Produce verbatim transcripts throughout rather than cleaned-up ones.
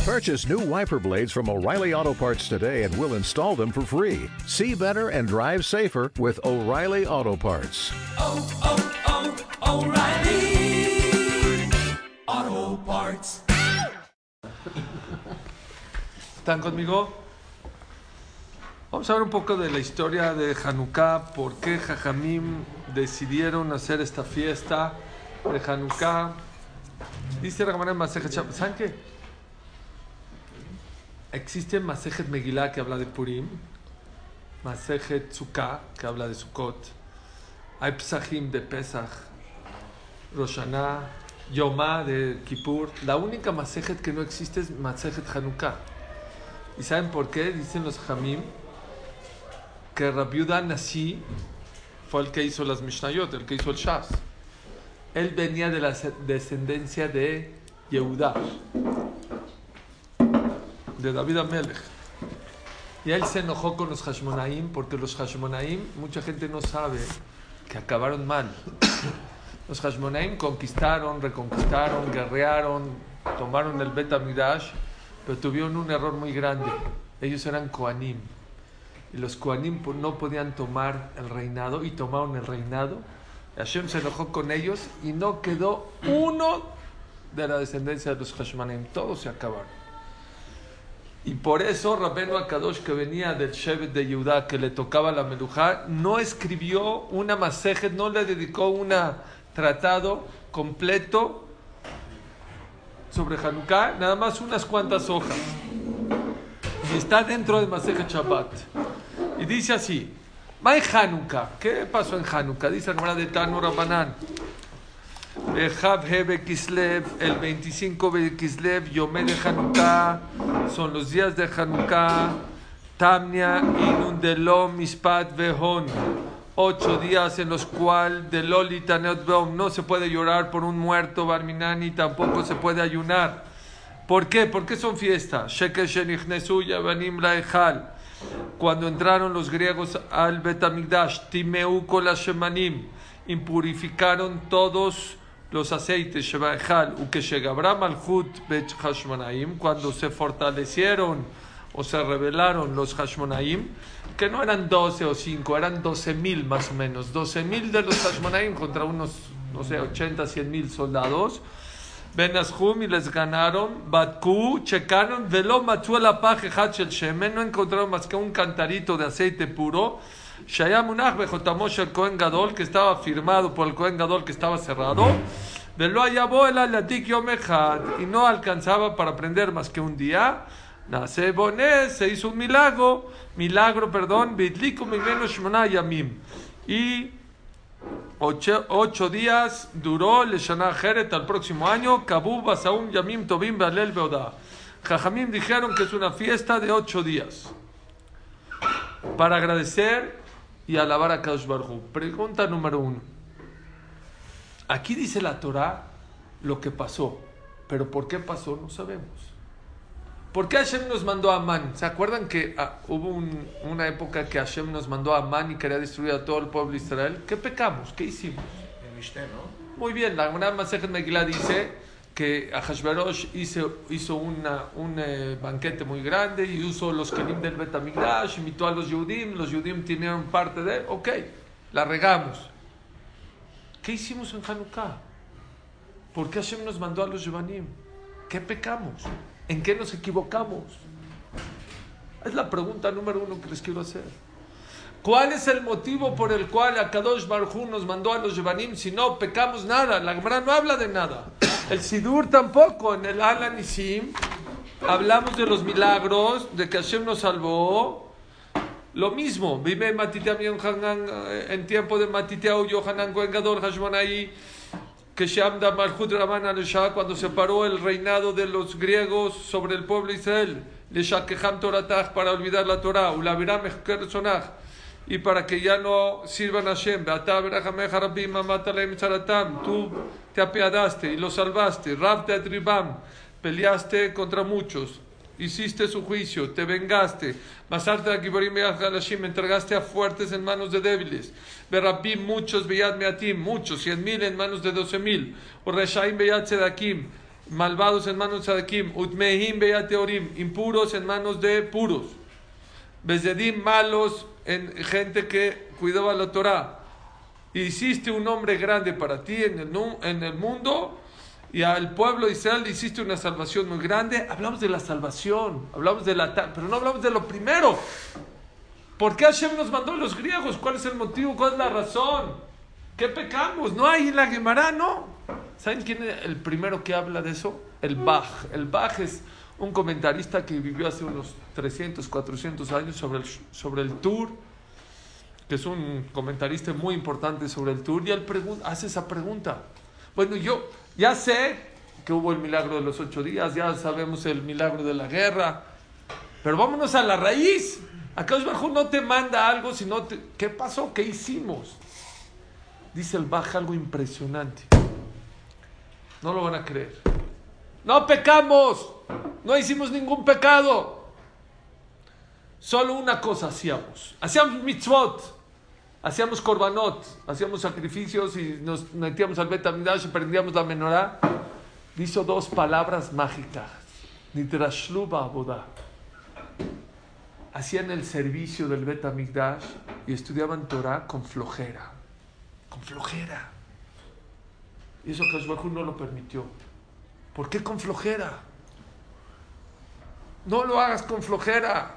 Purchase new wiper blades from O'Reilly Auto Parts today and we'll install them for free. See better and drive safer with O'Reilly Auto Parts. Oh, oh, oh, O'Reilly Auto Parts. ¿Están conmigo? Vamos a ver un poco de la historia de Hanukkah, por qué Jajamim decidieron hacer esta fiesta de Hanukkah. Dice la Gemara en Masejet Shabbat, ¿saben qué? Existe Masejet Megillah que habla de Purim, Masejet Sukkah que habla de Sukkot, hay Pesachim de Pesach, Rosh Hashanah, Yomá de Kippur. La única Masejet que no existe es Masejet Hanukkah. ¿Y saben por qué? Dicen los Jamim que Rabbi Yehuda Nasi fue el que hizo las Mishnayot, el que hizo el Shas. Él venía de la descendencia de Yehuda, de David Amelech. Y él se enojó con los Hashmonaim porque los Hashmonaim, mucha gente no sabe que acabaron mal. Los Hashmonaim conquistaron, reconquistaron, guerrearon, tomaron el Bet HaMikdash, pero tuvieron un error muy grande. Ellos eran Kohanim y los Kohanim no podían tomar el reinado y tomaron el reinado. Hashem se enojó con ellos y no quedó uno de la descendencia de los Hashmonaim. Todos se acabaron. Y por eso Rabbeinu Akadosh, que venía del Shevet de Yehuda, que le tocaba la Melujá, no escribió una Masejet, no le dedicó un tratado completo sobre Hanukkah, nada más unas cuantas hojas. Y está dentro de Masejet Shabbat. Y dice así: May Hanukkah, ¿qué pasó en Hanukkah? Dice la Gemara de Tanu Rabbanan. Bejav Hebe Kislev, el veinticinco de Kislev, Yomé de Hanukkah, son los días de Hanukkah. Tamnia Inun Delo Mispat Vehon, ocho días en los cuales de Loli Taneot Veom no se puede llorar por un muerto Barminani, tampoco se puede ayunar. ¿Por qué? ¿Por qué son fiestas? Shekel Shenichnesu Yavanim Laechal, cuando entraron los griegos al Bet HaMikdash, Timeu Kol Hashemanim, impurificaron todos los aceites, Shebaechal, Ukeshegabra Malchut Bet Hashmonaim, cuando se fortalecieron o se rebelaron los Hashmonaim, que no eran doce o cinco, eran doce mil más o menos, doce mil de los Hashmonaim contra unos, no sé, ochenta, cien mil soldados. Ben Ashum, y les ganaron. Batku, checaron, Velo Matzuela Paje Hachel Shemen, no encontraron más que un cantarito de aceite puro. Shayamunach Bejotamosh el Kohen Gadol, que estaba firmado por el Kohen Gadol, que estaba cerrado. Velo Ayabo el Alatik Yomechad, y no alcanzaba para aprender más que un día. Nace Bones, se hizo un milagro, milagro, perdón, Bitliku Mimeno Shmona Yamim. Y Ocho, ocho días duró Leshana Jeret al próximo año. Kabu Basaum Yamim Tobim Bealel Beoda. Jajamim dijeron que es una fiesta de ocho días para agradecer y alabar a Kadosh Baruj Hu. Pregunta número uno. Aquí dice la Torah lo que pasó, pero ¿por qué pasó? No sabemos. ¿Por qué Hashem nos mandó a Amán? ¿Se acuerdan que ah, hubo un, una época que Hashem nos mandó a Amán y quería destruir a todo el pueblo de Israel? ¿Qué pecamos? ¿Qué hicimos? En Mishneh, ¿no? Muy bien, la Gemara Masejet Megillah dice que Ahashverosh hizo, hizo una, un eh, banquete muy grande y usó los kelim del Bet HaMikdash, invitó a los Yehudim, los Yehudim tenían parte de... Ok, la regamos. ¿Qué hicimos en Hanukkah? ¿Por qué Hashem nos mandó a los Yevanim? ¿Qué pecamos? ¿En qué nos equivocamos? Es la pregunta número uno que les quiero hacer. ¿Cuál es el motivo por el cual Akadosh Baruj Hu nos mandó a los Yevanim si no pecamos nada? La Gemara no habla de nada. El Sidur tampoco. En el Ala Nisim hablamos de los milagros, de que Hashem nos salvó. Lo mismo. Vive Matiteam en tiempo de Matiteau, Yohanan Kohen Gadol, Hashmonai, que Shamda Malchut Raman al-Shah, cuando se paró el reinado de los griegos sobre el pueblo de Israel, le Shakeham Toratach, para olvidar la Torah, Ulaviram Echkersonach, y para que ya no sirvan a Hashem. Tú te apiadaste y los salvaste. Rabte Adribam, peleaste contra muchos, hiciste su juicio, te vengaste. Masarte a Giborim Be'alashim, entregaste a fuertes en manos de débiles. Berabim, muchos, Beyad Meatim, muchos, cien mil en manos de doce mil. O Reshaim Beyad Sedakim, malvados en manos de tzadikim, utmehim beyateorim, impuros en manos de puros, bezedim, malos en gente que cuidaba la Torah. Hiciste un hombre grande para ti en el, en el mundo, y al pueblo de Israel le hiciste una salvación muy grande. Hablamos de la salvación, hablamos de la, pero no hablamos de lo primero. ¿Por qué Hashem nos mandó a los griegos? ¿Cuál es el motivo? ¿Cuál es la razón? ¿Qué pecamos? ¿No hay en la Gemara? No. ¿Saben quién es el primero que habla de eso? El Baj. El Baj es un comentarista que vivió hace unos trescientos, cuatrocientos años sobre el, sobre el Tur, que es un comentarista muy importante sobre el Tur, y él pregun- hace esa pregunta. Bueno, yo ya sé que hubo el milagro de los ocho días, ya sabemos el milagro de la guerra, pero vámonos a la raíz. Akadosh Baruj Hu no te manda algo, sino te... ¿qué pasó? ¿Qué hicimos? Dice el Baj algo impresionante. No lo van a creer. No pecamos, no hicimos ningún pecado. Solo una cosa hacíamos. Hacíamos mitzvot, hacíamos korbanot, hacíamos sacrificios y nos metíamos al Bet HaMikdash y prendíamos la menorá. Dice dos palabras mágicas. Nidrashlu ba'avodah. Hacían el servicio del Bet HaMikdash y estudiaban Torah con flojera. Con flojera. Y eso Akadosh Baruj Hu no lo permitió. ¿Por qué con flojera? No lo hagas con flojera.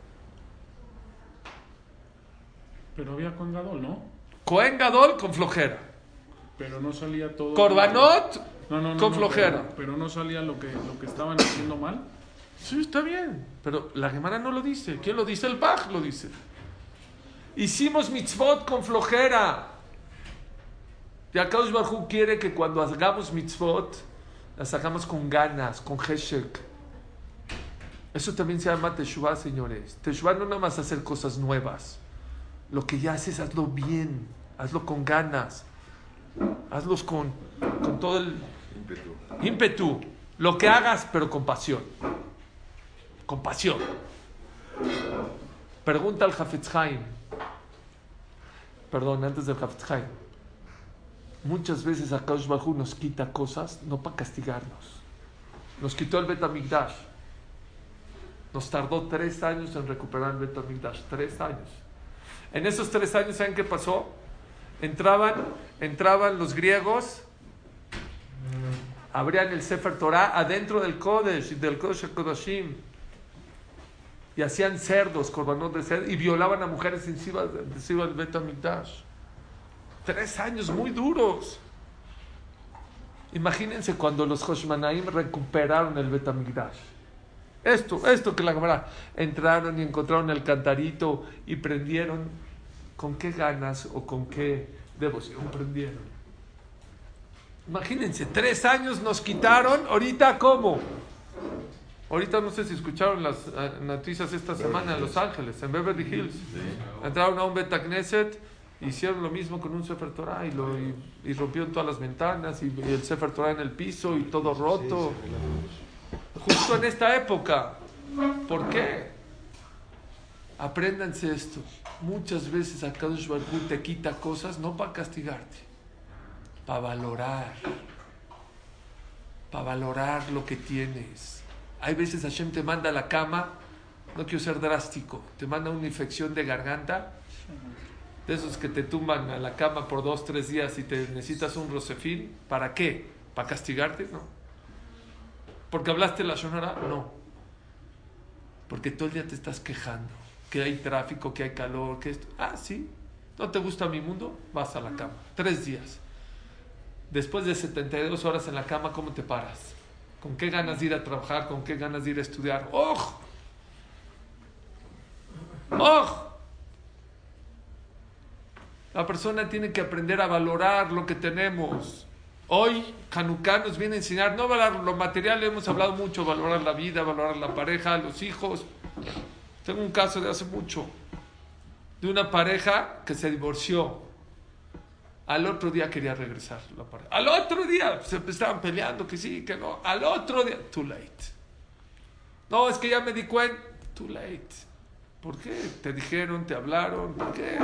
Pero había Kohen Gadol, ¿no? Kohen Gadol con flojera. Pero no salía todo... Korbanot no, no, no, con no, flojera. Pero, pero no salía lo que, lo que estaban haciendo mal. Sí, está bien. Pero la Gemara no lo dice. ¿Quién lo dice? El Baj lo dice. Hicimos mitzvot con flojera. Y Akadosh Baruj Hu quiere que cuando hagamos mitzvot, las hagamos con ganas, con heshek. Eso también se llama teshuvah, señores. Teshuvah no nada más hacer cosas nuevas. Lo que ya haces, hazlo bien. Hazlo con ganas. Hazlos con, con todo el ímpetu. ímpetu. Lo que hagas, pero con pasión. Con pasión. Pregunta al Hafetz Haim. Perdón, antes del Hafetz Haim. Muchas veces Akadosh Baruj Hu nos quita cosas no para castigarnos. Nos quitó el Bet HaMikdash. Nos tardó tres años en recuperar el Bet HaMikdash. Tres años. En esos tres años, ¿saben qué pasó? Entraban, entraban los griegos, abrían el Sefer Torah adentro del Kodesh, del Kodesh HaKodashim, y hacían cerdos, korbanot de cerdo, y violaban a mujeres encima, encima del Bet HaMikdash. Tres años muy duros. Imagínense cuando los Hoshmanaim recuperaron el Bet HaMikdash. Esto, esto que la cámara entraron y encontraron el cantarito y prendieron. ¿Con qué ganas o con qué devoción prendieron? Imagínense, tres años nos quitaron. Ahorita, ¿cómo? Ahorita no sé si escucharon las uh, noticias esta semana en Los Ángeles, en Beverly Hills. Entraron a un Bet Knesset, hicieron lo mismo con un Sefer Torah y, lo, y, y rompieron todas las ventanas y, y el Sefer Torah en el piso y todo roto. Justo en esta época. ¿Por qué? Apréndanse esto. Muchas veces Akadosh Baruj Hu te quita cosas no para castigarte, para valorar, para valorar lo que tienes. Hay veces Hashem te manda a la cama, no quiero ser drástico, te manda una infección de garganta, de esos que te tumban a la cama por dos, tres días y te necesitas un rosefín. ¿Para qué? ¿Para castigarte? No. ¿Porque hablaste la shonara? No. Porque todo el día te estás quejando, que hay tráfico, que hay calor, que esto. Ah, sí. ¿No te gusta mi mundo? Vas a la cama. Tres días. Después de setenta y dos horas en la cama, ¿cómo te paras? ¿Con qué ganas de ir a trabajar? ¿Con qué ganas de ir a estudiar? ¡Oh! ¡Oh! La persona tiene que aprender a valorar lo que tenemos. Hoy Hanukkah nos viene a enseñar, no valorar lo material, hemos hablado mucho, valorar la vida, valorar la pareja, los hijos. Tengo un caso de hace mucho, de una pareja que se divorció. Al otro día quería regresar la pareja. Al otro día se estaban peleando, que sí, que no. Al otro día, too late. No, es que ya me di cuenta, too late. ¿Por qué? Te dijeron, te hablaron, ¿por qué?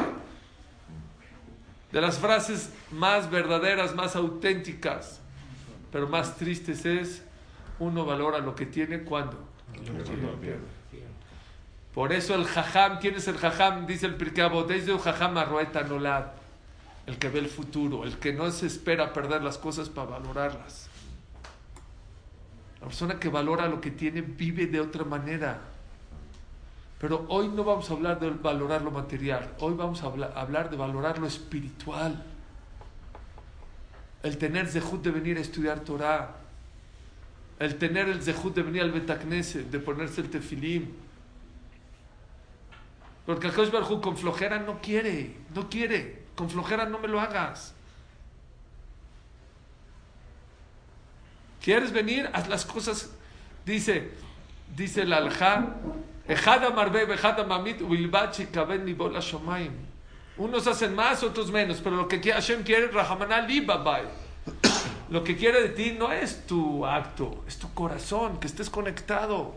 De las frases más verdaderas, más auténticas, pero más tristes es Uno valora lo que tiene cuando lo pierde. Por eso el jajam, ¿quién es el jajam? Dice el Pirkei Avot, es de un jajam arroeta nolad, el que ve el futuro, el que no se espera perder las cosas para valorarlas. La persona que valora lo que tiene vive de otra manera. Pero hoy no vamos a hablar de valorar lo material, hoy vamos a hablar de valorar lo espiritual. El tener zehut de venir a estudiar Torah, el tener el zehut de venir al Betakneset, de ponerse el tefilim. Porque el Kadosh Baruj Hu con flojera no quiere, no quiere, con flojera no me lo hagas. ¿Quieres venir? Haz las cosas. Dice, dice el Alja, Ejada marbe, ejada mamit, uilbachi kaben ni bola shomayim. Unos hacen más, otros menos, pero lo que Hashem quiere, Rahamana libabai. Lo que quiere de ti no es tu acto, es tu corazón, que estés conectado.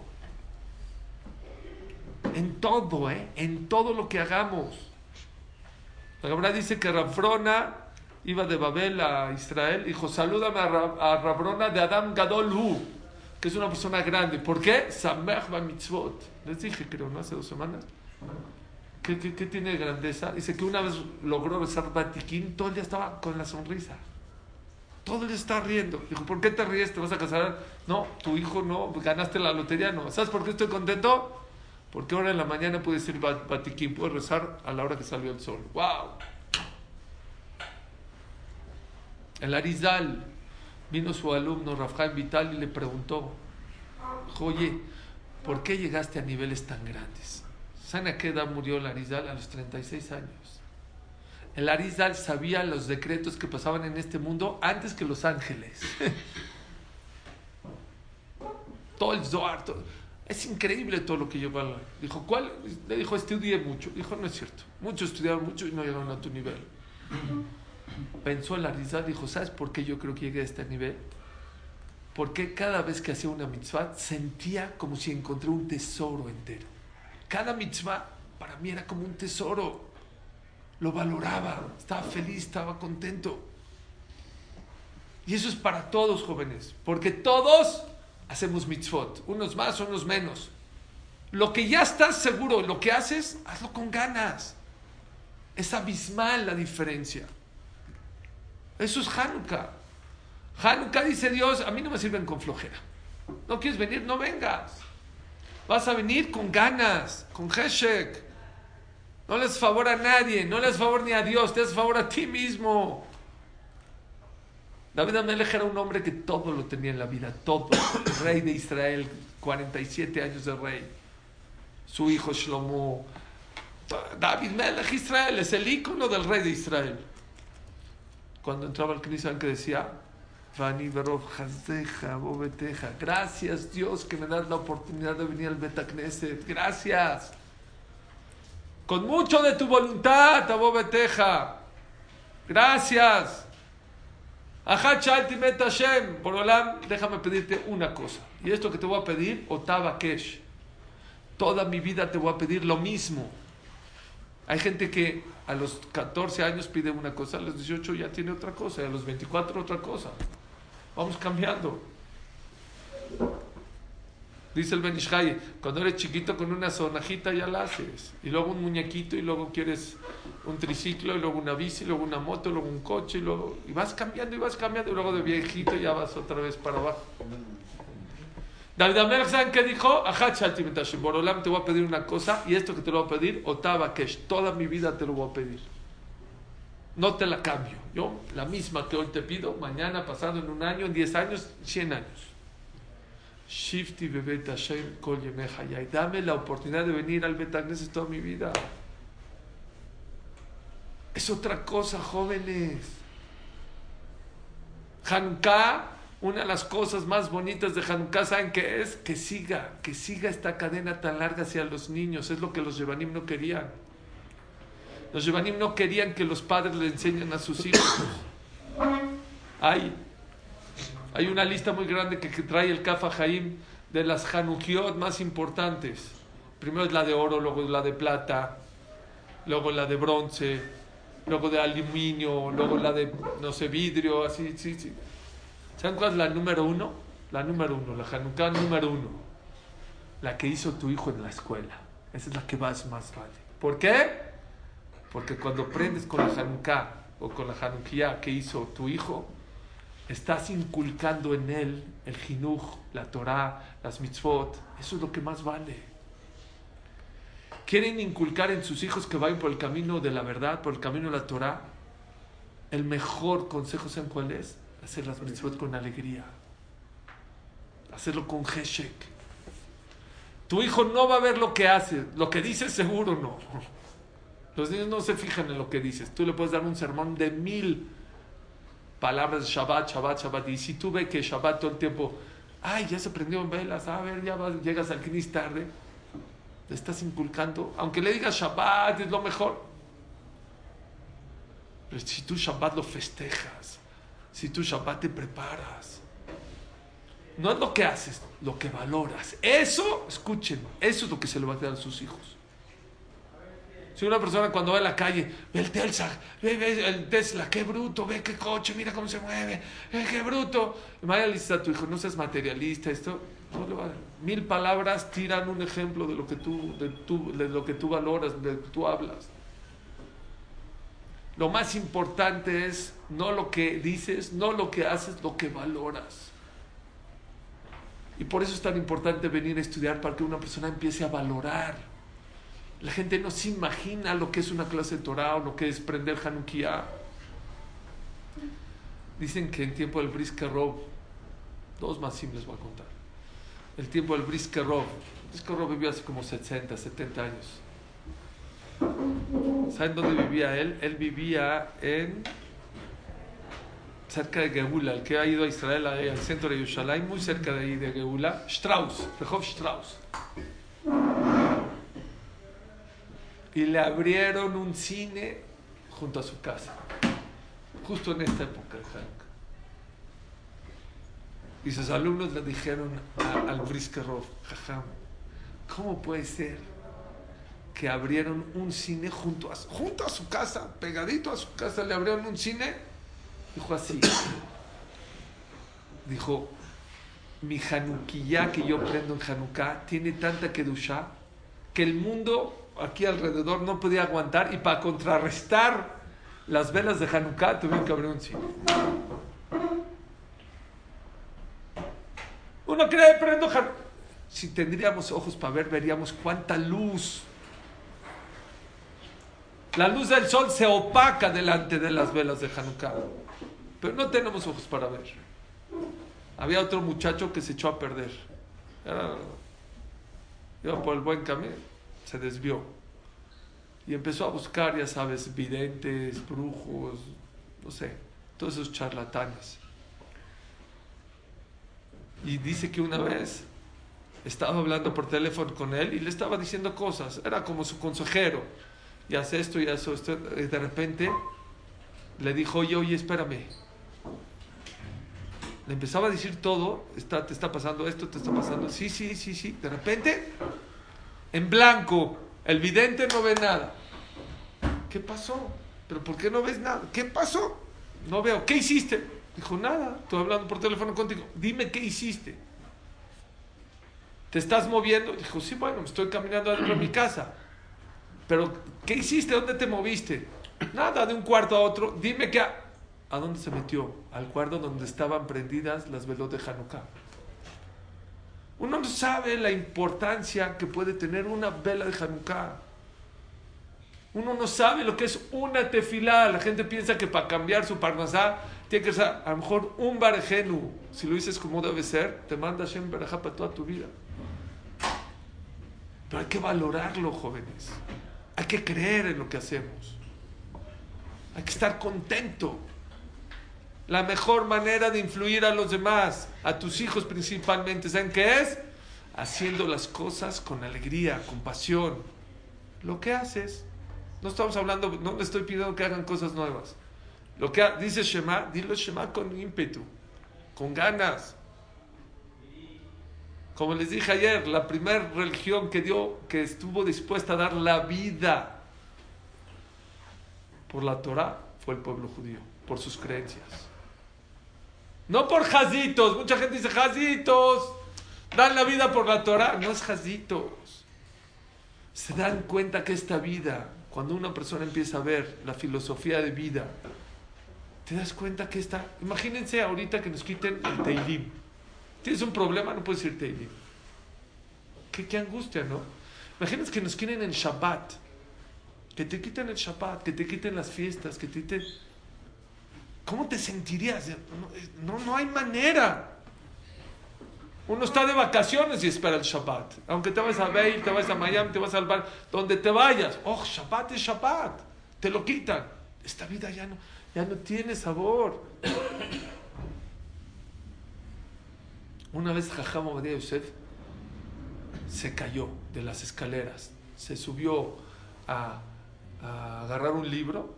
En todo, ¿eh? En todo lo que hagamos. La Gemara dice que Rabrona iba de Babel a Israel, dijo, salúdame a, Rab, a Rabrona de Adam Gadol Hu, que es una persona grande. ¿Por qué? Samech ba mitzvot. Les dije, creo, ¿no? Hace dos semanas. ¿Qué, qué, qué tiene de grandeza? Dice que una vez logró besar Batiquín, todo el día estaba con la sonrisa. Todo el día está riendo. Dijo, ¿por qué te ríes? ¿Te vas a casar? No, tu hijo no, ganaste la lotería, no. ¿Sabes por qué estoy contento? Porque ahora en la mañana pude decir Batiquín, pude rezar a la hora que salió el sol. ¡Wow! El Arizal, vino su alumno Rav Chaim Vital y le preguntó, oye, ¿por qué llegaste a niveles tan grandes? ¿Saben a qué edad murió el Arizal? A los treinta y seis años. El Arizal sabía los decretos que pasaban en este mundo antes que los ángeles. Todo el Zohar, todo. Es increíble todo lo que llevó al... Dijo, ¿cuál? Le dijo, estudié mucho. Dijo, no es cierto. Muchos estudiaron mucho y no llegaron a tu nivel. Pensó el Arizal, dijo, ¿sabes por qué yo creo que llegué a este nivel? Porque cada vez que hacía una mitzvah sentía como si encontré un tesoro entero. Cada mitzvah para mí era como un tesoro. Lo valoraba, estaba feliz, estaba contento. Y eso es para todos, jóvenes, porque todos hacemos mitzvot, unos más, unos menos. Lo que ya estás seguro, lo que haces, hazlo con ganas. Es abismal la diferencia. Eso es Hanukkah. Hanukkah, dice Dios, a mí no me sirven con flojera. ¿No quieres venir? No vengas. Vas a venir con ganas, con Heshek. No le haces favor a nadie, no le haces favor ni a Dios, te haces favor a ti mismo. David Amelech era un hombre que todo lo tenía en la vida, todo. Rey de Israel, cuarenta y siete años de rey. Su hijo Shlomo. David Melech Israel es el ícono del rey de Israel. Cuando entraba al Knis, ¿saben qué decía? Vani Berov Hazeja, Bobeteja. Gracias, Dios, que me das la oportunidad de venir al Betakneset. Gracias. Con mucho de tu voluntad, Bobeteja. Gracias. Ajá, Chaltimet Hashem. Por Olam, déjame pedirte una cosa. Y esto que te voy a pedir, Otava Kesh. Toda mi vida te voy a pedir lo mismo. Hay gente que a los catorce años pide una cosa, a los dieciocho ya tiene otra cosa, y a los veinticuatro otra cosa. Vamos cambiando. Dice el Ben Ish Chai, cuando eres chiquito con una sonajita ya la haces, y luego un muñequito, y luego quieres un triciclo, y luego una bici, y luego una moto, y luego un coche, y luego y vas cambiando, y vas cambiando, y luego de viejito ya vas otra vez para abajo. David Amelech, ¿saben qué dijo? Ajá, Shaltimet Hashem, Borolam, te voy a pedir una cosa, y esto que te lo voy a pedir, Otava Kesh, toda mi vida te lo voy a pedir. No te la cambio. Yo, la misma que hoy te pido, mañana, pasado en un año, en diez años, cien años. Shifti bebet Hashem kol yemei hayai. Dame la oportunidad de venir al Betakneset toda mi vida. Es otra cosa, jóvenes. Hanukkah, una de las cosas más bonitas de Hanukkah, ¿saben qué es? Que siga, que siga esta cadena tan larga hacia los niños. Es lo que los Yevanim no querían. Los Yevanim no querían que los padres le enseñen a sus hijos. Hay, hay una lista muy grande que, que trae el Kaf HaChaim de las Hanukiot más importantes. Primero es la de oro, luego es la de plata, luego la de bronce, luego de aluminio, luego la de, no sé, vidrio, así, sí, sí. ¿Saben cuál es la número uno? La número uno, la Hanukkah número uno. La que hizo tu hijo en la escuela. Esa es la que más, más vale. ¿Por qué? Porque cuando aprendes con la Hanukkah o con la Hanukkah que hizo tu hijo, estás inculcando en él el Jinuj, la Torah, las mitzvot. Eso es lo que más vale. ¿Quieren inculcar en sus hijos que vayan por el camino de la verdad, por el camino de la Torah? El mejor consejo, ¿saben cuál es? Hacer las mitzvot con alegría. Hacerlo con Heshek. Tu hijo no va a ver lo que hace, lo que dices seguro no. Los niños no se fijan en lo que dices. Tú le puedes dar un sermón de mil palabras de Shabbat, Shabbat, Shabbat. Y si tú ves que Shabbat todo el tiempo, ay, ya se prendió en velas, a ver, ya vas, llegas al Knis tarde, le estás inculcando, aunque le digas Shabbat es lo mejor. Pero si tú Shabbat lo festejas, si tú Shabbat te preparas, no es lo que haces, lo que valoras. Eso, escuchen, eso es lo que se le va a dar a sus hijos. Si una persona cuando va a la calle, ve el Tesla, ve, ve el Tesla, qué bruto, ve qué coche, mira cómo se mueve, eh, qué bruto. Y mañana le dices a tu hijo, no seas materialista, esto, no le va a dar. Mil palabras tiran un ejemplo de lo que tú, de, tú, de lo que tú valoras, de lo que tú hablas. Lo más importante es no lo que dices, no lo que haces, lo que valoras. Y por eso es tan importante venir a estudiar, para que una persona empiece a valorar. La gente no se imagina lo que es una clase de Torah o lo que es prender Hanukkah. Dicen que en tiempo del Bris Kerov, dos más simples voy a contar. El tiempo del Bris Kerov, Bris Kerov vivió hace como sesenta, setenta años. ¿Saben dónde vivía él? Él vivía en cerca de Geula. El que ha ido a Israel, al centro de Yerushalayim, muy cerca de ahí de Geula, Strauss, Rehov Strauss. Y le abrieron un cine junto a su casa, justo en esta época de Hanukkah. Y sus alumnos le dijeron a, al Bris Kerov, jajam, ¿cómo puede ser que abrieron un cine junto a, junto a su casa, pegadito a su casa, le abrieron un cine? Dijo así, dijo, mi Hanukkah que yo prendo en Hanukkah tiene tanta kedushá que el mundo aquí alrededor no podía aguantar, y para contrarrestar las velas de Hanukkah tuvieron que abrir un cine. Uno cree, prendo Hanukkah. Si tendríamos ojos para ver, veríamos cuánta luz. La luz del sol se opaca delante de las velas de Hanukkah, pero no tenemos ojos para ver. Había otro muchacho que se echó a perder. Era, iba por el buen camino, se desvió y empezó a buscar, ya sabes, videntes, brujos, no sé, todos esos charlatanes. Y dice que una vez estaba hablando por teléfono con él y le estaba diciendo cosas, era como su consejero, y hace esto y hace esto, y de repente le dijo, oye, oye, espérame. Le empezaba a decir todo, está, te está pasando esto, te está pasando, sí, sí, sí, sí, de repente, en blanco, el vidente no ve nada. ¿Qué pasó? ¿Pero por qué no ves nada? ¿Qué pasó? No veo. ¿Qué hiciste? Dijo, nada, estoy hablando por teléfono contigo. Dime qué hiciste. ¿Te estás moviendo? Dijo, sí, bueno, estoy caminando adentro de mi casa. Pero, ¿qué hiciste? ¿Dónde te moviste? Nada, de un cuarto a otro. Dime qué... ¿A, ¿A dónde se metió? Al cuarto donde estaban prendidas las velas de Hanukkah. Uno no sabe la importancia que puede tener una vela de Hanukkah. Uno no sabe lo que es una tefilá. La gente piensa que para cambiar su parnasá tiene que ser a lo mejor un barejenu. Si lo dices como debe ser, te manda Hashem berajá para toda tu vida. Pero hay que valorarlo, jóvenes. Hay que creer en lo que hacemos. Hay que estar contento. La mejor manera de influir a los demás, a tus hijos principalmente, ¿saben qué es? Haciendo las cosas con alegría, con pasión. Lo que haces. No estamos hablando, no le estoy pidiendo que hagan cosas nuevas. Lo que dice Shema, dilo Shema con ímpetu, con ganas. Como les dije ayer, la primera religión que dio, que estuvo dispuesta a dar la vida por la Torah, fue el pueblo judío, por sus creencias. No por jazitos. Mucha gente dice jazitos. Dan la vida por la Torah. No es jazitos. Se dan cuenta que esta vida, cuando una persona empieza a ver la filosofía de vida, te das cuenta que esta... Imagínense ahorita que nos quiten el Teilim. Tienes un problema, no puedes decir Teilim. Qué, qué angustia, ¿no? Imagínense que nos quieren el Shabbat. Que te quiten el Shabbat, que te quiten las fiestas, que te quiten... ¿Cómo te sentirías? No, no, no hay manera. Uno está de vacaciones y espera el Shabbat. Aunque te vayas a Beir, te vayas a Miami, te vas al bar, donde te vayas. Oh, Shabbat es Shabbat. Te lo quitan. Esta vida ya no, ya no tiene sabor. Una vez Jajam Ovadia Yosef se cayó de las escaleras. Se subió a, a agarrar un libro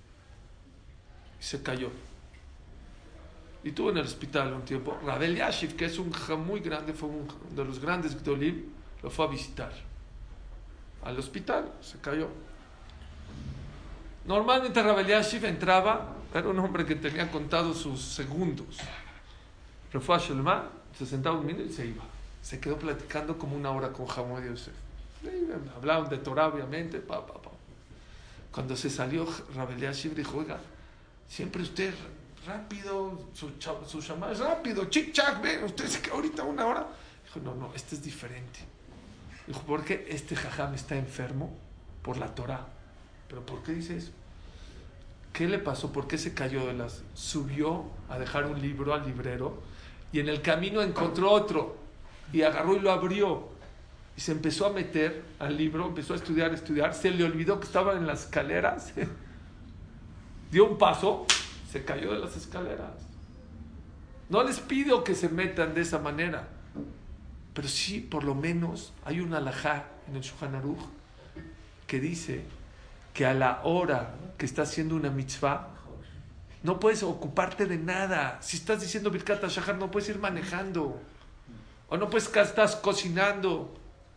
y se cayó. Y estuvo en el hospital un tiempo. Rabel Yashiv, que es un jajam muy grande, fue un de los grandes Gdolim, lo fue a visitar al hospital, se cayó. Normalmente Rabel Yashiv entraba, era un hombre que tenía contados sus segundos. Refuah Shelma, se sentaba un minuto y se iba. Se quedó platicando como una hora con Jajam Ovadia Yosef. Hablaban de Torah, obviamente. Pa, pa, pa. Cuando se salió, Rabel Yashiv dijo, oiga, siempre usted rápido, su, su llamada es rápido, chic chac, ve, usted se quedó ahorita una hora. Dijo, no, no, este es diferente. Dijo, ¿por qué este jajam está enfermo? Por la Torah. ¿Pero por qué dice eso? ¿Qué le pasó? ¿Por qué se cayó de las...? Subió a dejar un libro al librero y en el camino encontró otro y agarró y lo abrió y se empezó a meter al libro, empezó a estudiar, estudiar, se le olvidó que estaba en las escaleras, dio un paso, se cayó de las escaleras. No les pido que se metan de esa manera, pero sí, por lo menos, hay un alajá en el Shulchan Aruch que dice que a la hora que estás haciendo una mitzvah, no puedes ocuparte de nada. Si estás diciendo Birkat HaShahar, no puedes ir manejando. O no puedes que estás cocinando.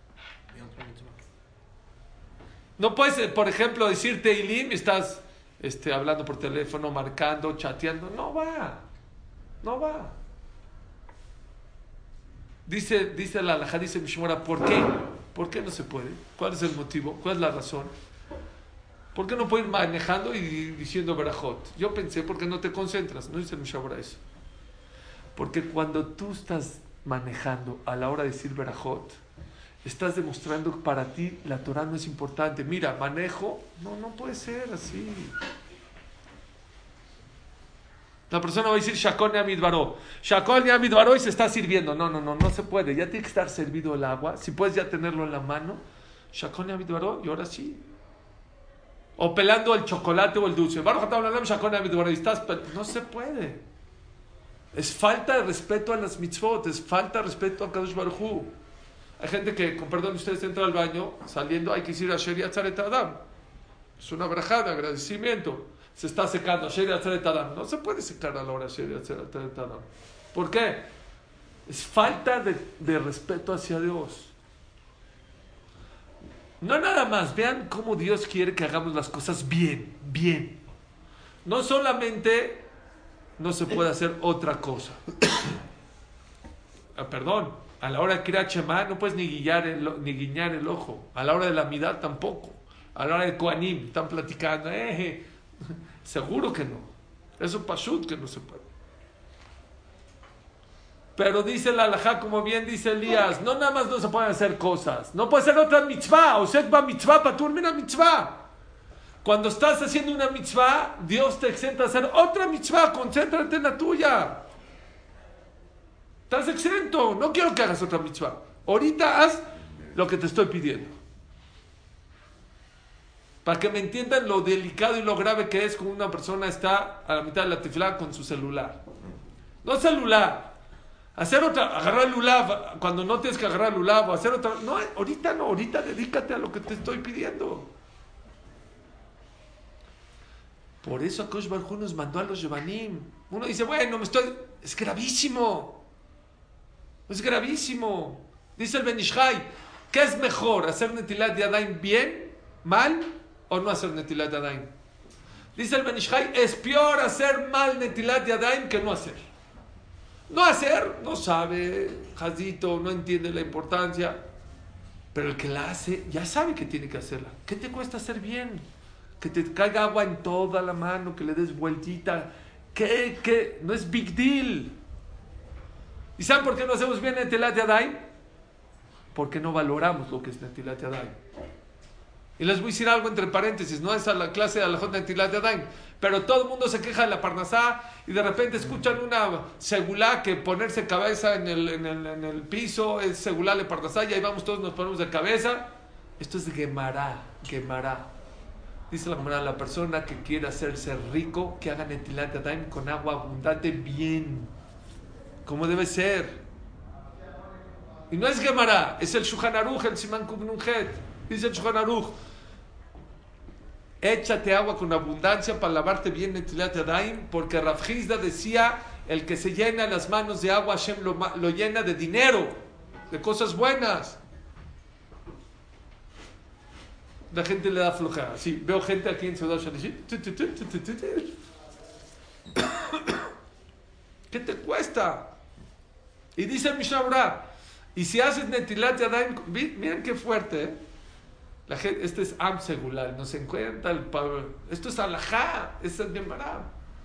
No puedes, por ejemplo, decir Teilim y estás este, hablando por teléfono, marcando, chateando. No va. No va. Dice, dice la halajá, dice Mishmora, ¿por qué? ¿Por qué no se puede? ¿Cuál es el motivo? ¿Cuál es la razón? ¿Por qué no puedes ir manejando y diciendo Berajot? Yo pensé, porque no te concentras. No dice el Mishmora eso. Porque cuando tú estás manejando a la hora de decir Berajot, estás demostrando que para ti la Torah no es importante. Mira, manejo. No, no puede ser así. La persona va a decir Shakon Amidbaró. Shakon Amidbaró y se está sirviendo. No, no, no, no se puede. Ya tiene que estar servido el agua. Si puedes ya tenerlo en la mano. Shakon Amidbaró y ahora sí. O pelando el chocolate o el dulce. Shakon Amidbaró y estás pel- No se puede. Es falta de respeto a las mitzvot. Es falta de respeto a Kadosh Baruj Hu. Hay gente que, con perdón, ustedes entran al baño, saliendo hay que decir Asher Yatzaret Adam. Es una brajada, agradecimiento. Se está secando Asher Yatzaret Adam. No se puede secar a la hora Asher Yatzaret Adam. ¿Por qué? Es falta de, de respeto hacia Dios. No nada más, vean cómo Dios quiere que hagamos las cosas bien, bien. No solamente no se puede hacer otra cosa. Ah, perdón, a la hora de Kriyat Shema no puedes ni guiñar el, ni guiñar el ojo. A la hora de la Midá tampoco. A la hora de Kohanim están platicando. Eh, seguro que no. Eso pashut que no se puede. Pero dice la halajá, como bien dice Elías, no nada más no se pueden hacer cosas. No puede ser otra mitzvah. O sea, va mitzvah para tu una mitzvah. Cuando estás haciendo una mitzvah, Dios te exenta a hacer otra mitzvah. Concéntrate en la tuya. Estás exento. No quiero que hagas otra mitzvah. Ahorita haz lo que te estoy pidiendo. Para que me entiendan lo delicado y lo grave que es cuando una persona está a la mitad de la tefilá con su celular. No celular. Hacer otra, agarrar el lulav cuando no tienes que agarrar el lulav o hacer otra. No, ahorita no, ahorita dedícate a lo que te estoy pidiendo. Por eso Akadosh Baruj Hu nos mandó a los Yevanim. Uno dice, bueno, me estoy. Es gravísimo. Es gravísimo. Dice el Ben Ish Chai, ¿qué es mejor? ¿Hacer Netilat Yadayim bien, mal o no hacer Netilat Yadayim? Dice el Ben Ish Chai, es peor hacer mal Netilat Yadayim que no hacer. No hacer, no sabe, Jazito, no entiende la importancia. Pero el que la hace, ya sabe que tiene que hacerla. ¿Qué te cuesta hacer bien? Que te caiga agua en toda la mano, que le des vueltita. ¿Qué? ¿Qué? No es big deal. ¿Y saben por qué no hacemos bien Netilat Yadayim? Porque no valoramos lo que es Netilat Yadayim. Y les voy a decir algo entre paréntesis, no es a la clase de Alajot Netilat Yadayim, pero todo el mundo se queja de la Parnasá y de repente escuchan una segulá que ponerse cabeza en el, en el, en el piso es segulá de Parnasá y ahí vamos todos, nos ponemos de cabeza. Esto es Gemará, Gemará. Dice la Gemara, la persona que quiere hacerse rico, que haga Netilat Yadayim con agua abundante bien, como debe ser. Y no es Gemara, es el Shulchan Aruch, el Siman Kuf Nun Het. Dice el Shulchan Aruch, échate agua con abundancia para lavarte bien Netilat Yadayim, porque Rav Hizda decía, el que se llena las manos de agua, Hashem lo, lo llena de dinero, de cosas buenas. La gente le da flojera. Sí, veo gente aquí en Ciudad Shalishi. ¿Qué te cuesta? Y dice el Mishnah Berurah, y si haces Netilat Yadayim, miren qué fuerte, ¿eh? La gente, este es Am Segular, no se encuentra el Pablo. Esto es Alajá, esto es Gemara.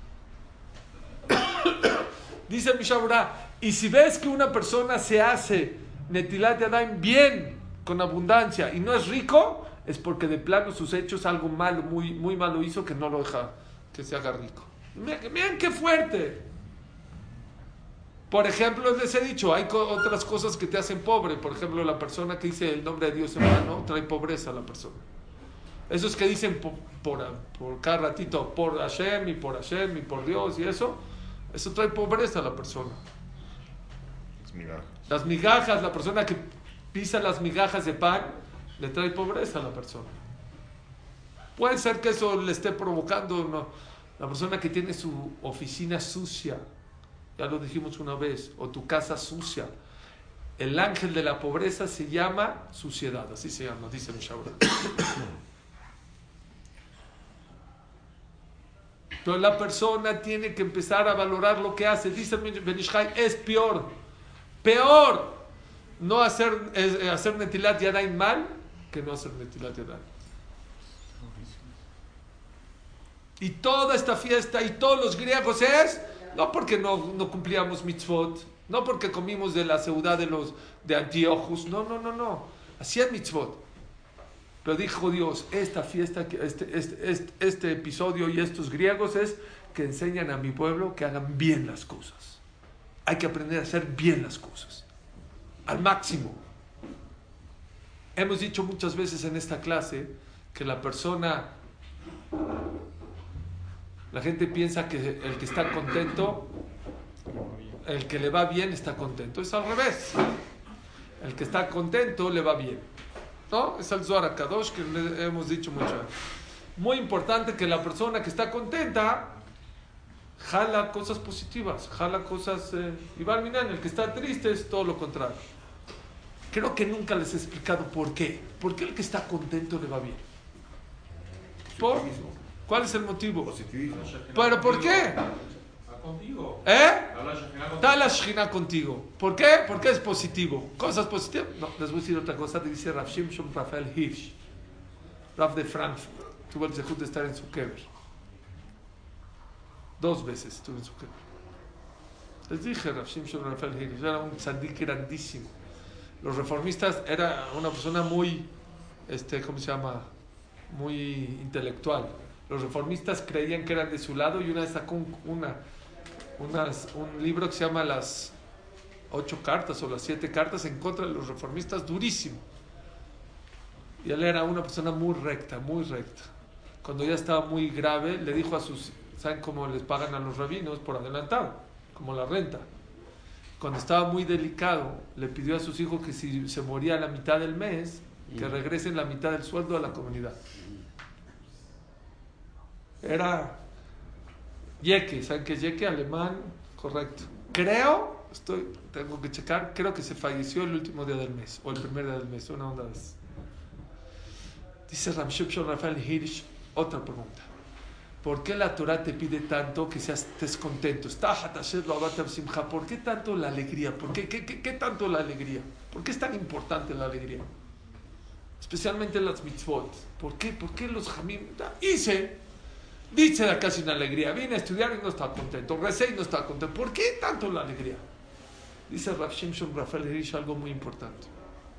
Dice el Mishnah Berurah, y si ves que una persona se hace Netilat Yadayim bien, con abundancia, y no es rico, es porque de plano sus hechos algo malo, muy, muy malo hizo que no lo deja que se haga rico. Miren, miren qué fuerte. Por ejemplo, les he dicho, hay co- otras cosas que te hacen pobre. Por ejemplo, la persona que dice el nombre de Dios en vano trae pobreza a la persona. Esos que dicen por, por, por cada ratito por Hashem y por Hashem y por Dios y eso, eso trae pobreza a la persona. Las migajas. Las migajas, la persona que pisa las migajas de pan, le trae pobreza a la persona. Puede ser que eso le esté provocando, ¿no? La persona que tiene su oficina sucia, ya lo dijimos una vez, o tu casa sucia. El ángel de la pobreza se llama suciedad, así se llama, dice el Shabbat. Entonces la persona tiene que empezar a valorar lo que hace. Dice el Ben Ish Chai, es peor, peor no hacer, es, hacer Netilat Yadayim mal que no hacer Netilat Yadayim. Y toda esta fiesta y todos los griegos es no porque no, no cumplíamos mitzvot, no porque comimos de la ciudad de los de Antiochus, no, no, no, no, hacían mitzvot. Pero dijo Dios, esta fiesta, este, este, este, este episodio y estos griegos es que enseñan a mi pueblo que hagan bien las cosas. Hay que aprender a hacer bien las cosas, al máximo. Hemos dicho muchas veces en esta clase que la persona, la gente piensa que el que está contento, el que le va bien está contento. Es al revés. El que está contento le va bien, ¿no? Es el Zohar HaKadosh que le hemos dicho mucho. Muy importante que la persona que está contenta jala cosas positivas, jala cosas... Eh, y va a mirar, el que está triste es todo lo contrario. Creo que nunca les he explicado por qué. ¿Por qué el que está contento le va bien? ¿Por? ¿Cuál es el motivo? Positivismo. ¿Pero por qué? Contigo. ¿Eh? Habla Shekhinah contigo. Está la Shekhinah contigo. ¿Por qué? Porque es positivo. ¿Cosas positivas? No, les voy a decir otra cosa. Dice Rav Shimshon Rafael Hirsch, Rav de Frankfurt. Tuve el zehut de estar en su kever. Dos veces estuve en su kever. Les dije, Rav Shimshon Rafael Hirsch era un tzadik grandísimo. Los reformistas, era una persona muy, este, ¿cómo se llama? Muy intelectual. Los reformistas creían que eran de su lado y una vez sacó un, una, unas, un libro que se llama Las ocho cartas o las siete cartas en contra de los reformistas, durísimo. Y él era una persona muy recta, muy recta. Cuando ya estaba muy grave, le dijo a sus, ¿saben cómo les pagan a los rabinos? Por adelantado, como la renta. Cuando estaba muy delicado, le pidió a sus hijos que si se moría a la mitad del mes, que regresen la mitad del sueldo a la comunidad. Era yeque, ¿saben qué es yeque? Alemán, correcto. Creo, estoy, tengo que checar, creo que se falleció el último día del mes, o el primer día del mes, una onda de eso. Dice Rav Shimshon Rafael Hirsch, otra pregunta. ¿Por qué la Torah te pide tanto que seas, estés contento? ¿Por qué tanto la alegría? ¿Por qué, qué, qué, qué tanto la alegría? ¿Por qué es tan importante la alegría? Especialmente en las mitzvot. ¿Por qué? ¿Por qué los jamim? Hice, dice la casi una alegría. Vine a estudiar y no estaba contento. Recé y no estaba contento. ¿Por qué tanto la alegría? Dice Rav Shimshon Rafael Hirish algo muy importante.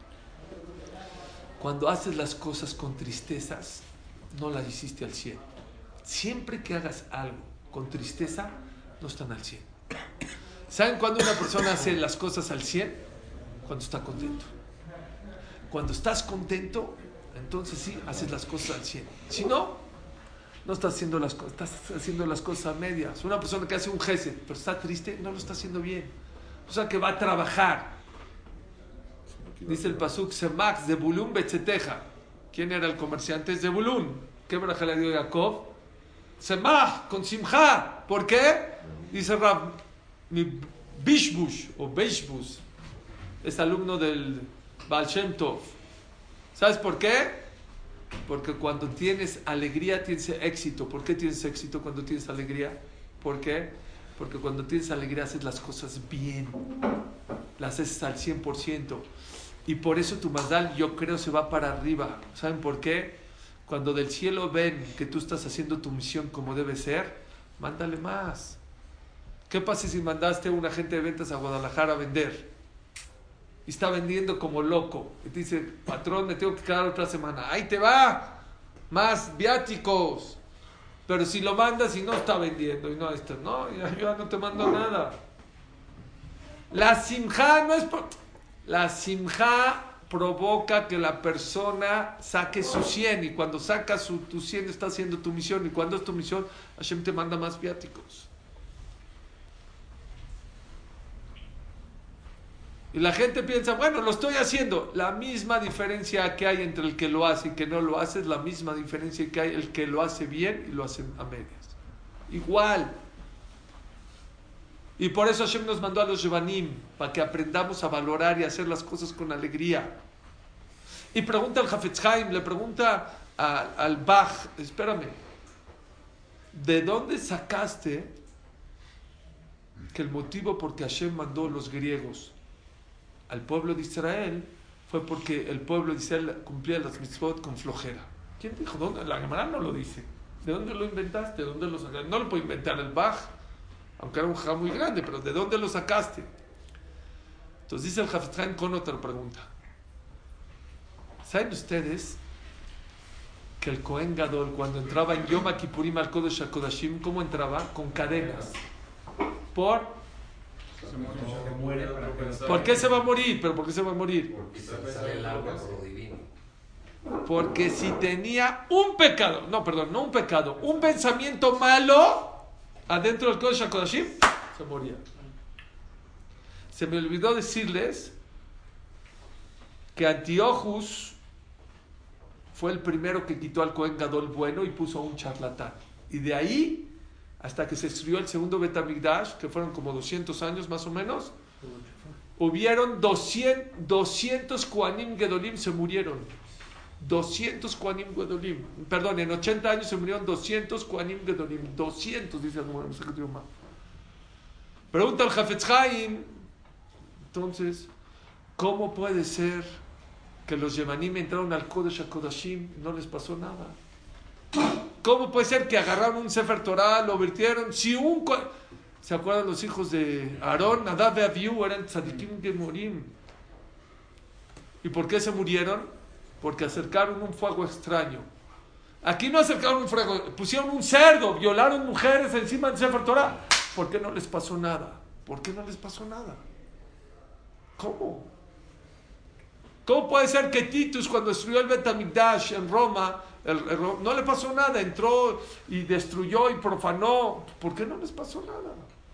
Cuando haces las cosas con tristezas, no las hiciste al cien. Siempre que hagas algo con tristeza, no están al cien. ¿Saben cuándo una persona hace las cosas al cien? Cuando está contento. Cuando estás contento, entonces sí, haces las cosas al cien. Si no, no estás haciendo las cosas, estás haciendo las cosas a medias. Una persona que hace un gesed, pero está triste, no lo está haciendo bien. O sea, que va a trabajar. Dice el pasuk, Semach Zebulun Betzeteja. ¿Quién era el comerciante? Zebulun. ¿Qué braja le dio Jacob? Semach, con simcha. ¿Por qué? Dice Rab, mi Bishbush, o Beishbush, es alumno del Baal Shem Tov. ¿Sabes por qué? Porque cuando tienes alegría tienes éxito. ¿Por qué tienes éxito cuando tienes alegría? ¿Por qué? Porque cuando tienes alegría haces las cosas bien. Las haces al cien por ciento. Y por eso tu Mazdal, yo creo, se va para arriba. ¿Saben por qué? Cuando del cielo ven que tú estás haciendo tu misión como debe ser, mándale más. ¿Qué pasa si mandaste a un agente de ventas a Guadalajara a vender? Y está vendiendo como loco. Y te dice, patrón, me tengo que quedar otra semana. ¡Ahí te va! Más viáticos. Pero si lo mandas y no está vendiendo, y no está, no, ya, yo no te mando nada. La simja no es por... La simja provoca que la persona saque su cien, y cuando saca su, tu cien está haciendo tu misión, y cuando es tu misión, Hashem te manda más viáticos. Y la gente piensa, bueno, lo estoy haciendo. La misma diferencia que hay entre el que lo hace y que no lo hace es la misma diferencia que hay el que lo hace bien y lo hace a medias. Igual. Y por eso Hashem nos mandó a los Yevanim, para que aprendamos a valorar y hacer las cosas con alegría. Y pregunta al Hafetz Haim, le pregunta a, al Bach, espérame, ¿de dónde sacaste que el motivo por que Hashem mandó a los griegos al pueblo de Israel fue porque el pueblo de Israel cumplía las mitzvot con flojera? ¿Quién dijo? ¿Dónde? La Gemara no lo dice. ¿De dónde lo inventaste? ¿De dónde lo sacaste? No lo puede inventar el Bach, aunque era un jajam muy grande, pero ¿de dónde lo sacaste? Entonces dice el Hafetz Haim con otra pregunta. ¿Saben ustedes que el Kohen Gadol, cuando entraba en Yom Kippurim al Kodesh HaKodashim, ¿cómo entraba? Con cadenas. ¿Por? Se muere para pensar. ¿Por qué se va a morir? ¿Pero por qué se va a morir? Porque sale el agua por lo divino. Porque si tenía un pecado, no, perdón, no un pecado, un pensamiento malo adentro del Kodesh HaKodashim, se moría. Se me olvidó decirles que Antiochus fue el primero que quitó al Kohen Gadol bueno y puso a un charlatán. Y de ahí, hasta que se destruyó el segundo Bet HaMikdash, que fueron como doscientos años más o menos, hubieron doscientos, doscientos Kohanim Gedolim se murieron. doscientos Kohanim Gedolim. Perdón, en ochenta años se murieron doscientos Kohanim Gedolim. doscientos, dice el no sé qué digo más. Pregunta al Hafetz Haim, entonces, ¿cómo puede ser que los Yevanim entraron al Kodesh HaKodashim y no les pasó nada? ¿Cómo puede ser que agarraron un Sefer Torah, lo vertieron? Si un... ¿Se acuerdan los hijos de Aarón? Nadab y Abiú eran tzadikim gemorim. ¿Y por qué se murieron? Porque acercaron un fuego extraño. Aquí no acercaron un fuego, pusieron un cerdo, violaron mujeres encima del Sefer Torah. ¿Por qué no les pasó nada? ¿Por qué no les pasó nada? ¿Cómo? ¿Cómo puede ser que Titus, cuando destruyó el Bet HaMikdash en Roma, el, el, no le pasó nada? Entró y destruyó y profanó. ¿Por qué no les pasó nada?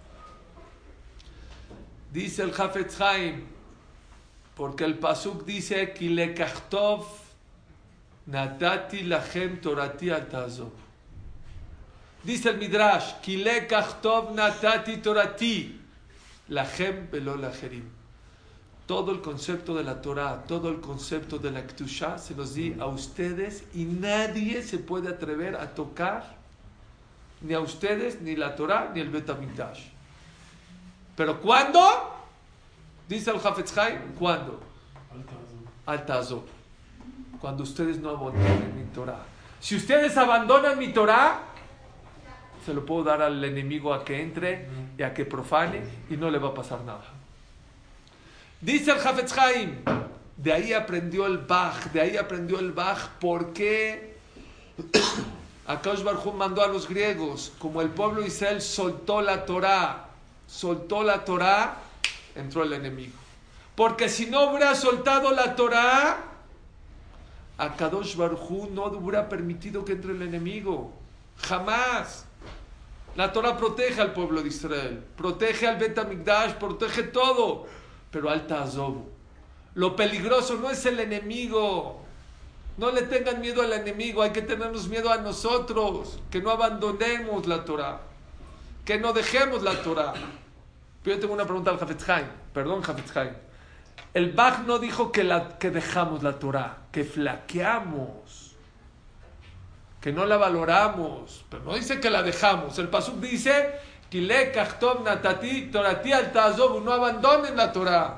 Dice el Hafetz Haim, porque el pasuk dice Ki lekachtov natati lachem torati al ta'azov. Dice el Midrash Ki lekachtov natati torati lachem velo lacherim. Todo el concepto de la Torah, todo el concepto de la Kedushá se los di a ustedes y nadie se puede atrever a tocar ni a ustedes, ni la Torah, ni el Bet HaMikdash. Pero ¿cuándo? Dice el Hafetz Haim, ¿cuándo? Al Tazov. Cuando ustedes no abandonen mi Torah. Si ustedes abandonan mi Torah, se lo puedo dar al enemigo a que entre y a que profane y no le va a pasar nada. Dice el Hafetz Haim, de ahí aprendió el Bach, de ahí aprendió el Bach, ¿por qué Akadosh Baruj Hu mandó a los griegos? Como el pueblo de Israel soltó la Torah, soltó la Torah, entró el enemigo. Porque si no hubiera soltado la Torah, Akadosh Baruj Hu no hubiera permitido que entre el enemigo. Jamás. La Torah protege al pueblo de Israel, protege al Bet HaMikdash, protege todo. Pero al Ta'azobu. Lo peligroso no es el enemigo. No le tengan miedo al enemigo, hay que tenernos miedo a nosotros. Que no abandonemos la Torah, que no dejemos la Torah. Pero yo tengo una pregunta al Hafetz Haim. Perdón, Hafetz Haim. El Bach no dijo que, la, que dejamos la Torah, que flaqueamos, que no la valoramos, pero no dice que la dejamos. El Pasuk dice, Kile kachtov natati torati al ta'azobu, no abandonen la Torah.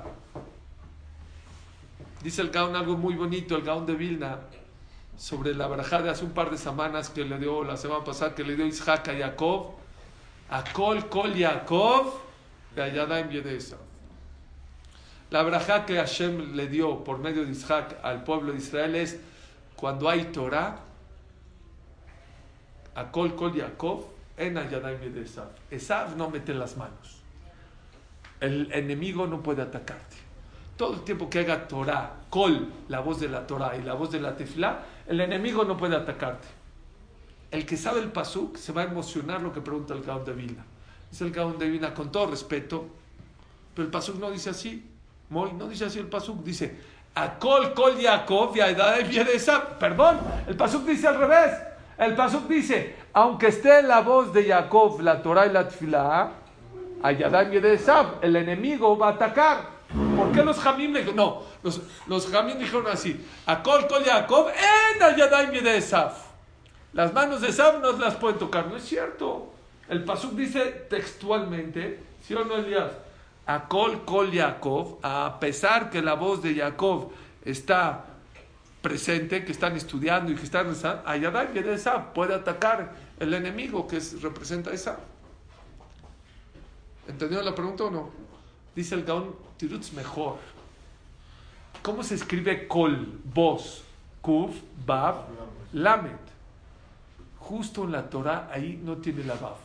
Dice el Gaón algo muy bonito, el Gaón de Vilna, sobre la barajá de hace un par de semanas que le dio, la semana pasada, que le dio Isaac a Jacob, a Kol Kol Jacob, de Ayadaim Yedesa. La barajá que Hashem le dio por medio de Isaac al pueblo de Israel es, cuando hay Torah, a Kol Kol Jacob, en Ayadaim Yedesa. Esav no mete las manos. El enemigo no puede atacarte. Todo el tiempo que haga Torah, Kol, la voz de la Torah y la voz de la Tefilá, el enemigo no puede atacarte. El que sabe el Pasuk se va a emocionar lo que pregunta el Gaón de Vilna. Dice el Gaón de Vilna con todo respeto, pero el Pasuk no dice así. Moy, no dice así el Pasuk, dice a Kol Kol Jacob y a Yadayim Yedesa. Perdón, el Pasuk dice al revés. El Pasuk dice, aunque esté la voz de Jacob, la Torah y la Tefilá, a Yadayim Yedesa, el enemigo va a atacar. ¿Por qué los Jamim le dijeron? No, los, los Jamim dijeron así: a Kol Kol Jacob en Ayadaim de Esaf. Las manos de Esaf no las pueden tocar. No es cierto. El Pasuk dice textualmente, ¿sí o no, Elías? A Kol Kol Jacob, a pesar que la voz de Jacob está presente, que están estudiando y que están rezando, Ayadaim de Esaf puede atacar el enemigo que es, representa a Esaf. ¿Entendieron la pregunta o no? Dice el Gaón, Tirutz mejor. ¿Cómo se escribe Kol, voz, Kuf, Bab, Lamed? Justo en la Torah, ahí no tiene la Bab.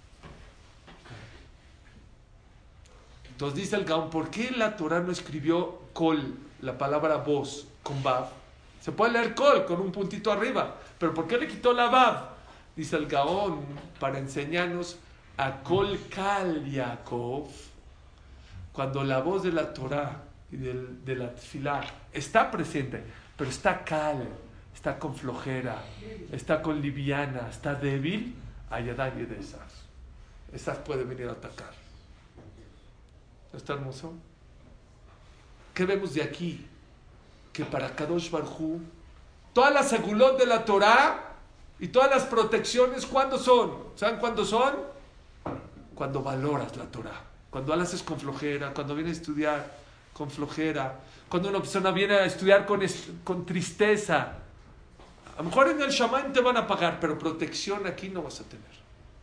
Entonces dice el Gaón, ¿por qué la Torah no escribió Kol, la palabra voz, con Bab? Se puede leer Kol con un puntito arriba, pero ¿por qué le quitó la Bab? Dice el Gaón, para enseñarnos a Kol Kal Yaakov. Cuando la voz de la Torah y del, de la Tefilá está presente, pero está cal, está con flojera, está con liviana, está débil, hay daño de esas. Esas puede venir a atacar. ¿No está hermoso? ¿Qué vemos de aquí? Que para Kadosh Baruj Hu, todas las segulot de la Torah y todas las protecciones, ¿cuándo son? ¿Saben cuándo son? Cuando valoras la Torah. Cuando la haces con flojera, cuando vienes a estudiar con flojera, cuando una persona viene a estudiar con, con tristeza. A lo mejor en el Shaman te van a pagar, pero protección aquí no vas a tener.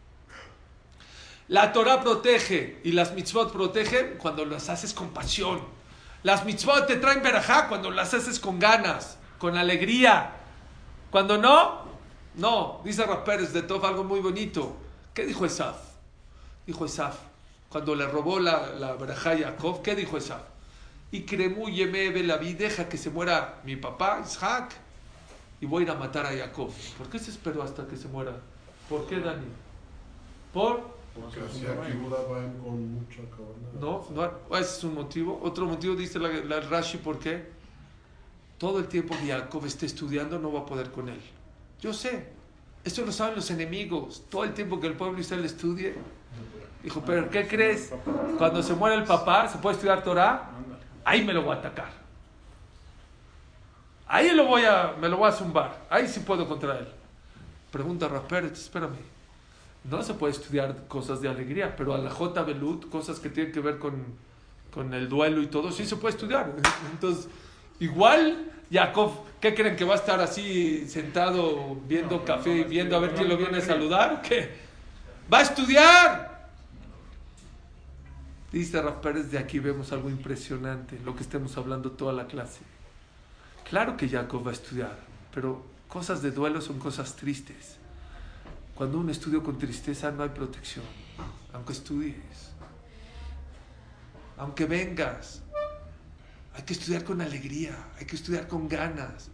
La Torah protege y las mitzvot protegen cuando las haces con pasión. Las mitzvot te traen verajá cuando las haces con ganas, con alegría. Cuando no, no. Dice Rav Pérez de Tov algo muy bonito. ¿Qué dijo Esaf? Dijo Esaf, cuando le robó la, la verajá a Jacob, ¿qué dijo Esaf? Y cremú yemebe la vi, deja que se muera mi papá, Isaac, y voy a ir a matar a Jacob. ¿Por qué se esperó hasta que se muera? ¿Por qué, Dani? ¿Por? Porque hacía Kibbutz Abayim con mucha cabana. No, no, ese es un motivo. Otro motivo dice la, la Rashi, ¿por qué? Todo el tiempo que Jacob esté estudiando no va a poder con él. Yo sé, esto lo saben los enemigos. Todo el tiempo que el pueblo Israel estudie. Dijo, pero ¿qué crees? Cuando se muere el papá, ¿se puede estudiar Torah? Ahí me lo voy a atacar. Ahí lo voy a, me lo voy a zumbar. Ahí sí puedo contra él. Pregunta Rav Pérez, espérame. no se puede estudiar cosas de alegría, pero a la J. Belut, cosas que tienen que ver con, con el duelo y todo, sí se puede estudiar. Entonces, igual, Jacob, ¿qué creen? ¿Que va a estar así sentado viendo no, café y no viendo a ver quién lo viene a saludar? ¿O qué? ¡Va a estudiar! Dice Raf Pérez, de aquí vemos algo impresionante, lo que estemos hablando toda la clase. Claro que Jacob va a estudiar, pero cosas de duelo son cosas tristes. Cuando uno estudia con tristeza no hay protección, aunque estudies, aunque vengas. Hay que estudiar con alegría, hay que estudiar con ganas.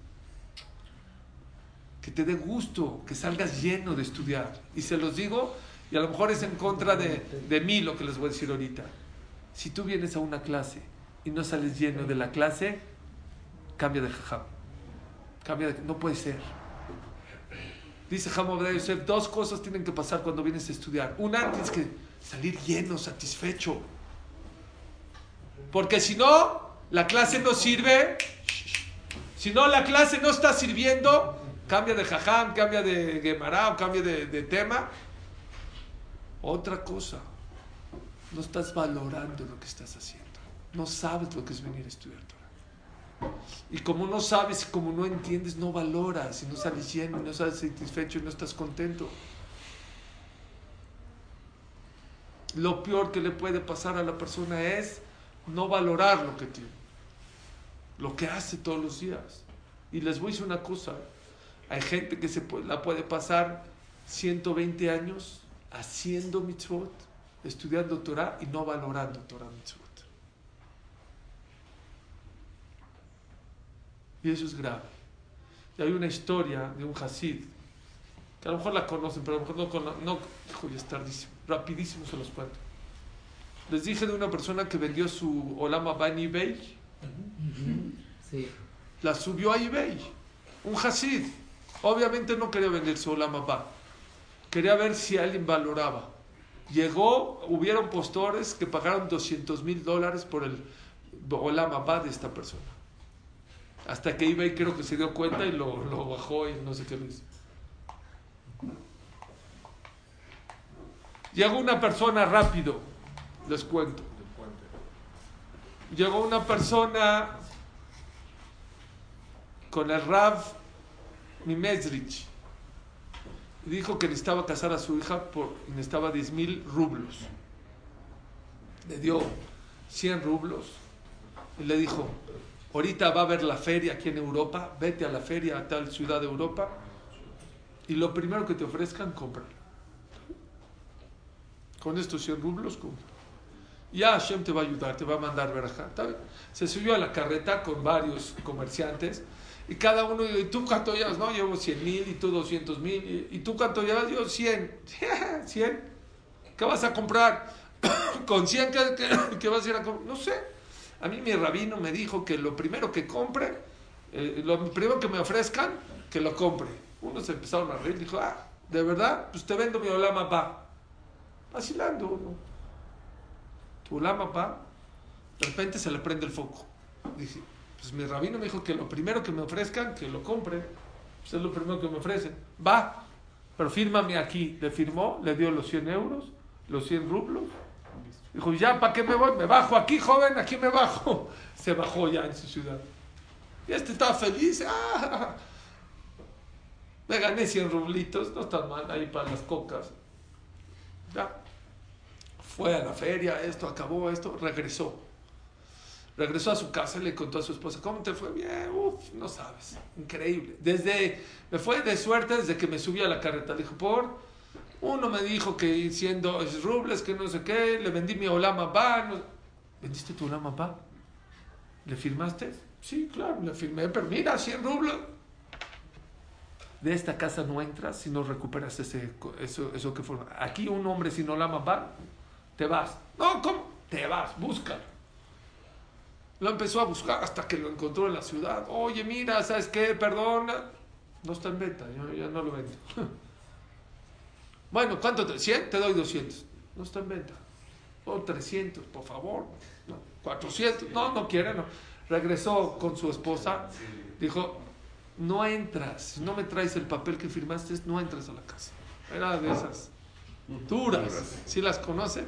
Que te dé gusto, que salgas lleno de estudiar. Y se los digo, y a lo mejor es en contra de, de mí lo que les voy a decir ahorita. Si tú vienes a una clase y no sales lleno de la clase, cambia de jajam. Cambia de, no puede ser. Dice Jamo Abdel Yosef, dos cosas tienen que pasar cuando vienes a estudiar. Una, tienes que salir lleno, satisfecho. Porque si no, la clase no sirve. Si no, la clase no está sirviendo, cambia de jajam, cambia de Gemara o cambia de, de tema. Otra cosa, no estás valorando lo que estás haciendo. No sabes lo que es venir a estudiar Torah. Y como no sabes y como no entiendes, no valoras y no sales lleno y no sales satisfecho y no estás contento. Lo peor que le puede pasar a la persona es no valorar lo que tiene, lo que hace todos los días. Y les voy a decir una cosa, hay gente que se puede, la puede pasar ciento veinte años haciendo mitzvot, estudiando Torah y no valorando Torah mitzvot. Y eso es grave. Y hay una historia de un Hasid, que a lo mejor la conocen, pero a lo mejor no, no, hijo, ya es tardísimo, rapidísimo se los cuento. Les dije de una persona que vendió su Olam Haba en eBay. Sí. La subió a eBay. Un Hasid. Obviamente no quería vender su Olam Haba. Quería ver si alguien valoraba. Llegó, hubieron postores que pagaron doscientos mil dólares por el Olam Haba de esta persona. Hasta que eBay creo que se dio cuenta y lo, lo bajó y no sé qué lo hizo. Llegó una persona rápido, les cuento. Llegó una persona con el Rav Mimezrich y dijo que necesitaba casar a su hija por, y necesitaba diez mil rublos. Le dio cien rublos y le dijo: ahorita va a haber la feria aquí en Europa, vete a la feria a tal ciudad de Europa y lo primero que te ofrezcan, cómpralo. Con estos cien rublos, compra. Ya Hashem te va a ayudar, te va a mandar verajá. Se subió a la carreta con varios comerciantes y cada uno, ¿y tú cuánto llevas? No, llevo cien mil y tú doscientos mil. ¿Y tú cuánto llevas? Yo cien. cien. ¿Qué vas a comprar? Con cien, ¿qué, qué, qué vas a ir a comprar? No sé. A mí mi rabino me dijo que lo primero que compre, eh, lo primero que me ofrezcan, que lo compre. Unos empezaron a reír, dijo: ah, ¿de verdad? Pues te vendo mi Olam Haba. Vacilando uno. Tu Olam Haba, de repente se le prende el foco. Dije, pues mi rabino me dijo que lo primero que me ofrezcan, que lo compre. Pues es lo primero que me ofrecen. Va, pero fírmame aquí. Le firmó, le dio los cien euros, los cien rublos. Dijo: ya, ¿para qué me voy? Me bajo aquí, joven, aquí me bajo. Se bajó ya en su ciudad. Y este estaba feliz. ¡Ah! Me gané cien rublitos, no está mal, ahí para las cocas. Ya. Fue a la feria, esto, acabó esto, regresó. Regresó a su casa y le contó a su esposa: ¿cómo te fue? Bien, uff, no sabes, increíble. Desde, me fue de suerte desde que me subí a la carreta. Dijo: por... uno me dijo que siendo rubles, que no sé qué, le vendí mi Olam Haba. No... ¿Vendiste tu Olam Haba? ¿Le firmaste? Sí, claro, le firmé, pero mira, cien rublos. De esta casa no entras si no recuperas ese, eso, eso que fue. Aquí un hombre sin Olam Haba, te vas. No, ¿cómo? Te vas, búscalo. Lo empezó a buscar hasta que lo encontró en la ciudad. Oye, mira, ¿sabes qué? Perdona. No está en venta, yo ya no lo vendo. Bueno, ¿cuánto te? ¿cien? Te doy doscientos. No está en venta. O trescientos, por favor. No, cuatrocientos. No, no quiere, no. Regresó con su esposa. Dijo: no entras. Si no me traes el papel que firmaste, no entras a la casa. Era de esas. Duras. ¿Sí las conocen?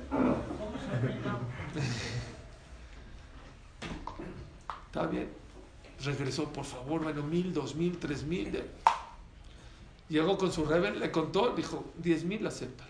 Está bien. Regresó, por favor, bueno, mil, dos mil, tres mil. De... Llegó con su rebel, le contó, dijo, diez mil, acéptalo.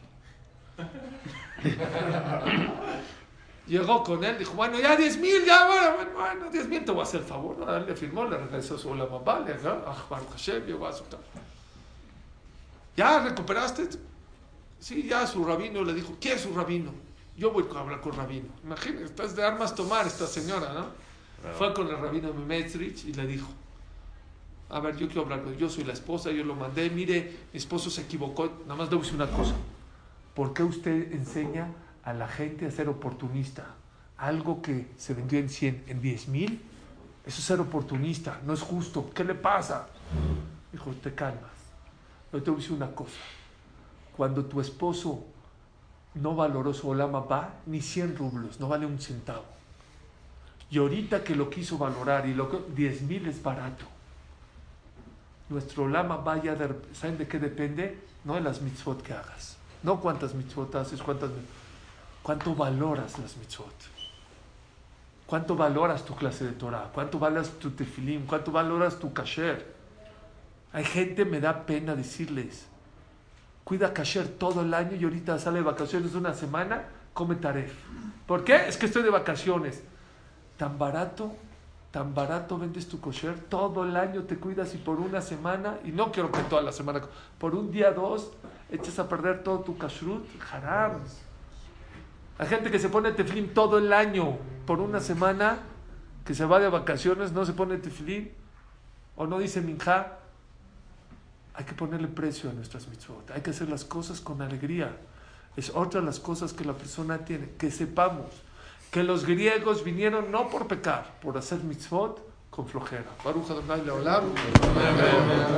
Llegó con él, dijo, bueno, ya diez mil, ya, bueno, bueno, bueno, diez mil te voy a hacer el favor. ¿No? Le firmó, le regresó su la papá, le dijo, ah, Baruch Hashem, llegó a su casa. ¿Ya recuperaste? Sí, ya su rabino le dijo, ¿quién es su rabino? Yo voy a hablar con rabino. Imagínate, estás de armas tomar esta señora, ¿no? Claro. Fue con el rabino Metzrich y le dijo, a ver, yo quiero hablar con él, yo soy la esposa, yo lo mandé, mire, mi esposo se equivocó, nada más le voy a decir una cosa. ¿Por qué usted enseña a la gente a ser oportunista? Algo que se vendió en cien, en diez mil, eso es ser oportunista, no es justo. ¿Qué le pasa? Dijo, te calmas. Yo te voy a decir una cosa. Cuando tu esposo no valoró su Olam Abba, ni cien rublos, no vale un centavo. Y ahorita que lo quiso valorar, y lo que, diez mil es barato. Nuestro Olam Abba ya, de, ¿saben de qué depende? No de las mitzvot que hagas. No cuántas mitzvot haces, cuántas... ¿Cuánto valoras las mitzvot? ¿Cuánto valoras tu clase de Torah? ¿Cuánto valoras tu tefilim? ¿Cuánto valoras tu kasher? Hay gente, me da pena decirles, cuida kasher todo el año y ahorita sale de vacaciones una semana, come taref. ¿Por qué? Es que estoy de vacaciones. Tan barato, tan barato vendes tu kasher, todo el año te cuidas y por una semana, y no quiero que toda la semana, por un día, dos, echas a perder todo tu kashrut, haram. Hay gente que se pone tefilín todo el año, por una semana, que se va de vacaciones, no se pone tefilín, o no dice minjá. Hay que ponerle precio a nuestras mitzvot, hay que hacer las cosas con alegría. Es otra de las cosas que la persona tiene, que sepamos que los griegos vinieron no por pecar, por hacer mitzvot con flojera. Baruch Adonai Leolam.